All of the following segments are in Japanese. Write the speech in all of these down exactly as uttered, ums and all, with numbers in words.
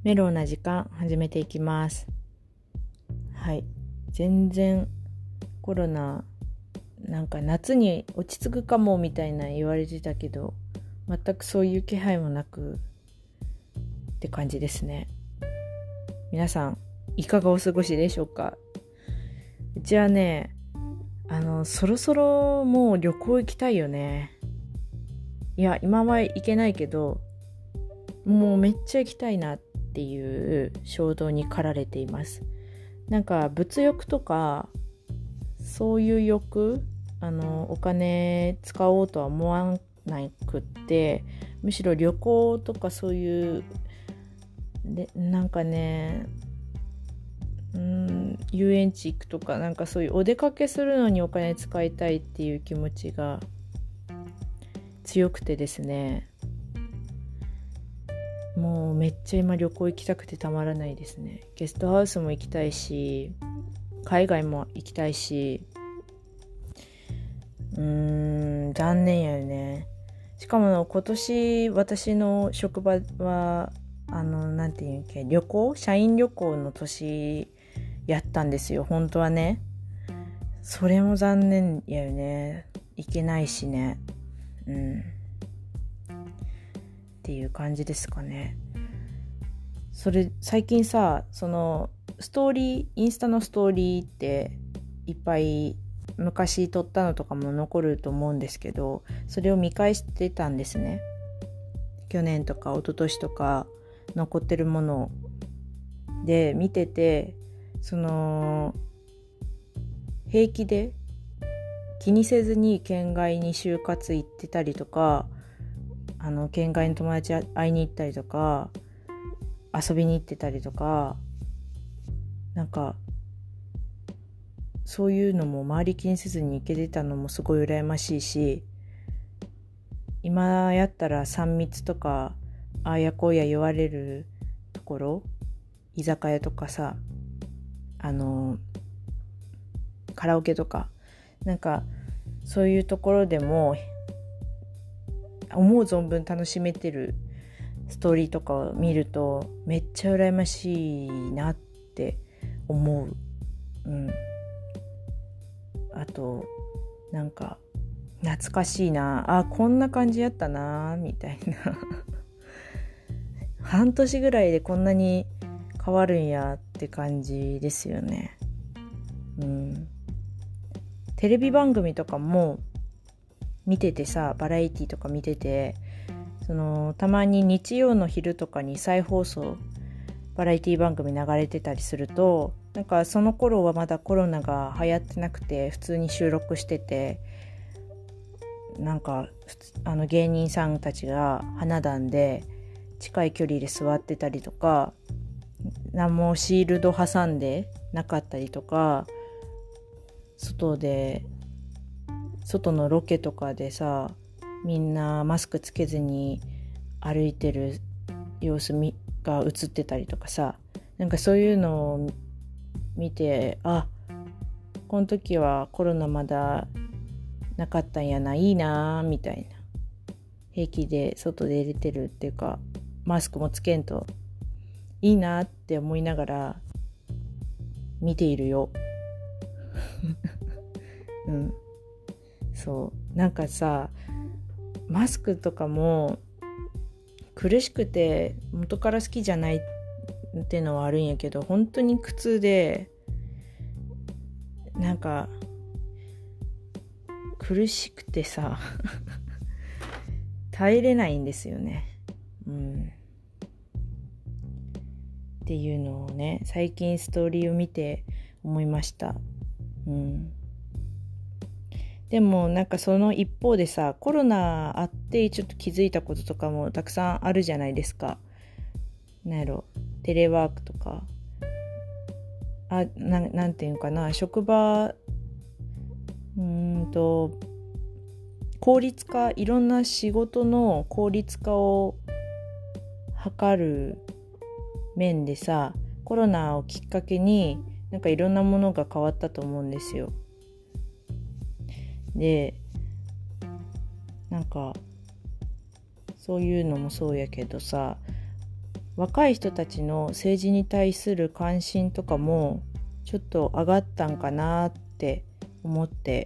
メロウな時間始めていきます。はい、全然コロナなんか夏に落ち着くかもみたいな言われてたけど、全くそういう気配もなくって感じですね。皆さんいかがお過ごしでしょうか。うちはね、あのそろそろもう旅行行きたいよね。いや今は行けないけど、もうめっちゃ行きたいなっていう衝動に駆られています。なんか物欲とかそういう欲、あのお金使おうとは思わなくって、むしろ旅行とかそういうでなんかね、うーん遊園地行くとか、なんかそういうお出かけするのにお金使いたいっていう気持ちが強くてですね、もうめっちゃ今旅行行きたくてたまらないですね。ゲストハウスも行きたいし、海外も行きたいし、うーん残念やよね。しかも今年私の職場はあのなんていうんっけ、旅行社員旅行の年やったんですよ本当はね。それも残念やよね。行けないしね。うんっていう感じですかね。それ最近さ、そのストーリーインスタのストーリーっていっぱい昔撮ったのとかも残ると思うんですけど、それを見返してたんですね。去年とか一昨年とか残ってるもので見てて、その平気で気にせずに県外に就活行ってたりとか、あの県外の友達会いに行ったりとか遊びに行ってたりとか、なんかそういうのも周り気にせずに行けてたのもすごい羨ましいし、今やったらさん密とかああやこうや言われるところ、居酒屋とかさ、あのカラオケとか、なんかそういうところでも思う存分楽しめてるストーリーとかを見るとめっちゃ羨ましいなって思う。うん。あとなんか懐かしいなあ、こんな感じやったなみたいな半年ぐらいでこんなに変わるんやって感じですよね。うん。テレビ番組とかも見ててさ、バラエティとか見てて、そのたまに日曜の昼とかに再放送バラエティ番組流れてたりすると、なんかその頃はまだコロナが流行ってなくて普通に収録してて、なんかあの芸人さんたちが花壇で近い距離で座ってたりとか、何もシールド挟んでなかったりとか、外で外のロケとかでさ、みんなマスクつけずに歩いてる様子が映ってたりとかさ、なんかそういうのを見て、あ、この時はコロナまだなかったんやな、いいなみたいな、平気で外で出てるっていうかマスクもつけんといいなって思いながら見ているようん、そうなんかさ、マスクとかも苦しくて元から好きじゃないっていうのはあるんやけど、本当に苦痛で、なんか苦しくてさ耐えれないんですよね。うん。っていうのをね、最近ストーリーを見て思いました。うん。でもなんかその一方でさ、コロナあってちょっと気づいたこととかもたくさんあるじゃないですか。なんやろ、テレワークとか、あ、な、なんていうんかな、職場、うーんと効率化、いろんな仕事の効率化を図る面でさ、コロナをきっかけになんかいろんなものが変わったと思うんですよ。で、なんかそういうのもそうやけどさ、 若い人たちの政治に対する関心とかもちょっと上がったんかなって思って、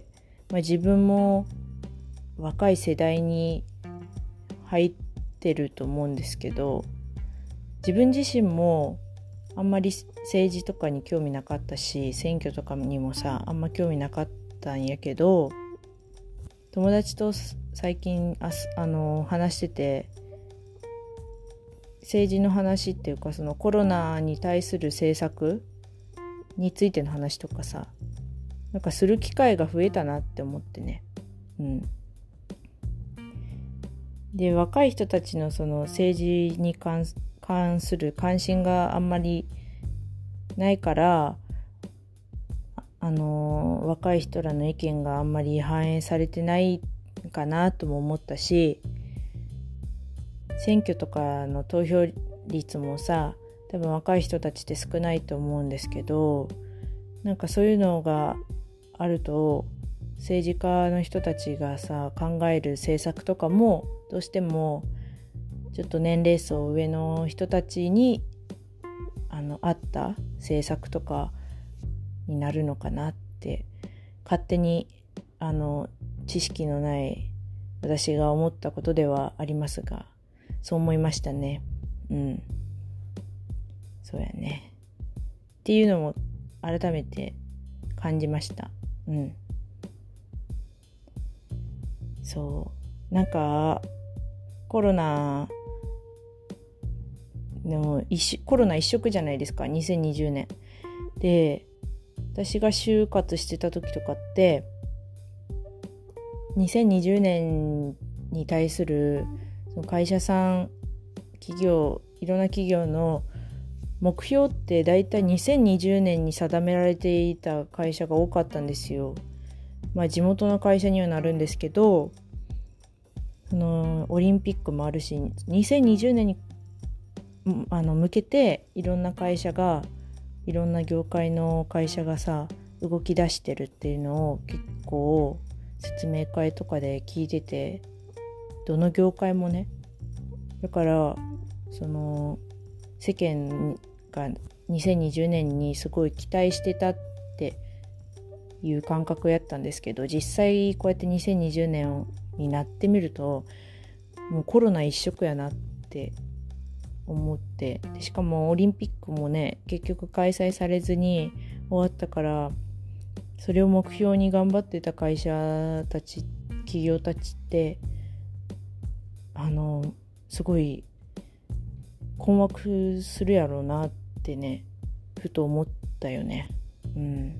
まあ、自分も若い世代に入ってると思うんですけど、自分自身もあんまり政治とかに興味なかったし、選挙とかにもさあんま興味なかったんやけど、友達と最近ああの話してて、政治の話っていうか、そのコロナに対する政策についての話とかさ、なんかする機会が増えたなって思ってね。うんで、若い人たちのその政治に関関する関心があんまりないから、あの若い人らの意見があんまり反映されてないかなとも思ったし、選挙とかの投票率もさ、多分若い人たちって少ないと思うんですけど、なんかそういうのがあると政治家の人たちがさ考える政策とかもどうしてもちょっと年齢層上の人たちにあの合った政策とかになるのかなって勝手にあの知識のない私が思ったことではありますが、そう思いましたね。うんそうやねっていうのも改めて感じました。うんそうなんかコロナでも一コロナ一色じゃないですか、にせんにじゅうねんで。私が就活してた時とかってにせんにじゅうねんに対するその会社さん企業いろんな企業の目標ってだいたいにせんにじゅうねんに定められていた会社が多かったんですよ。まあ地元の会社にはなるんですけど、そのオリンピックもあるし、にせんにじゅうねんにあの向けていろんな会社がいろんな業界の会社がさ動き出してるっていうのを結構説明会とかで聞いてて、どの業界もね。だからその世間がにせんにじゅうねんにすごい期待してたっていう感覚やったんですけど、実際こうやってにせんにじゅうねんになってみるともうコロナ一色やなって思って、でしかもオリンピックもね結局開催されずに終わったから、それを目標に頑張ってた会社たち企業たちってあのすごい困惑するやろうなってねふと思ったよね。うん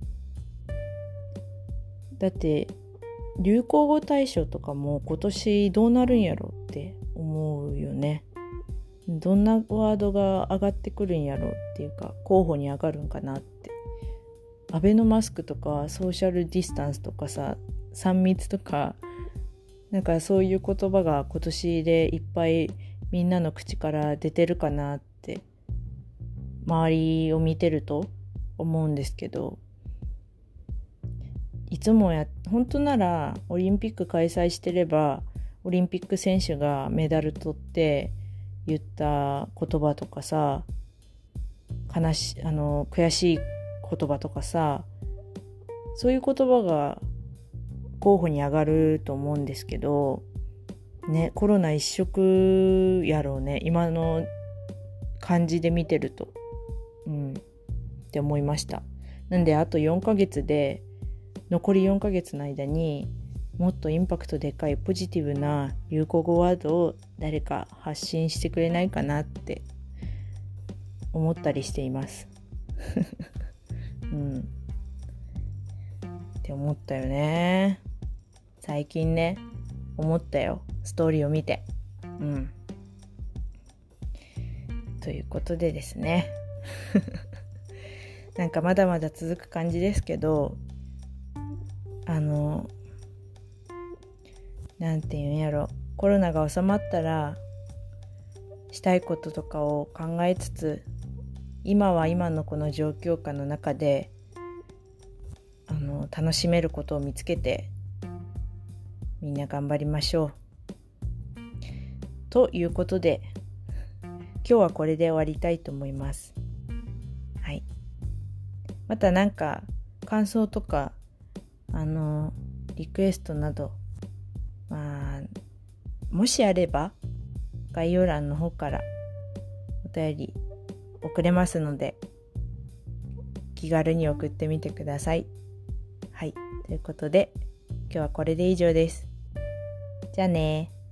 だって流行語大賞とかも今年どうなるんやろって思うよね。どんなワードが上がってくるんやろっていうか、候補に上がるんかなって。アベノマスクとかソーシャルディスタンスとかさ、さん密とか、なんかそういう言葉が今年でいっぱいみんなの口から出てるかなって周りを見てると思うんですけど、いつもや本当ならオリンピック開催してればオリンピック選手がメダル取って言った言葉とかさ、悲しあの悔しい言葉とかさ、そういう言葉が候補に上がると思うんですけどね、コロナ一色やろうね今の感じで見てると、うんって思いました。なんであとよんかげつで残りよんかげつの間にもっとインパクトでかいポジティブな流行語ワードを誰か発信してくれないかなって思ったりしていますうんって思ったよね。最近ね思ったよ、ストーリーを見て。うんということでですねなんかまだまだ続く感じですけど、あのなんていうんやろ、コロナが収まったらしたいこととかを考えつつ、今は今のこの状況下の中であの楽しめることを見つけてみんな頑張りましょうということで、 今日はこれで終わりたいと思います。はい。またなんか感想とかあのリクエストなど、まあもしあれば概要欄の方からお便り送れますので、気軽に送ってみてください。はい、ということで今日はこれで以上です。じゃあね。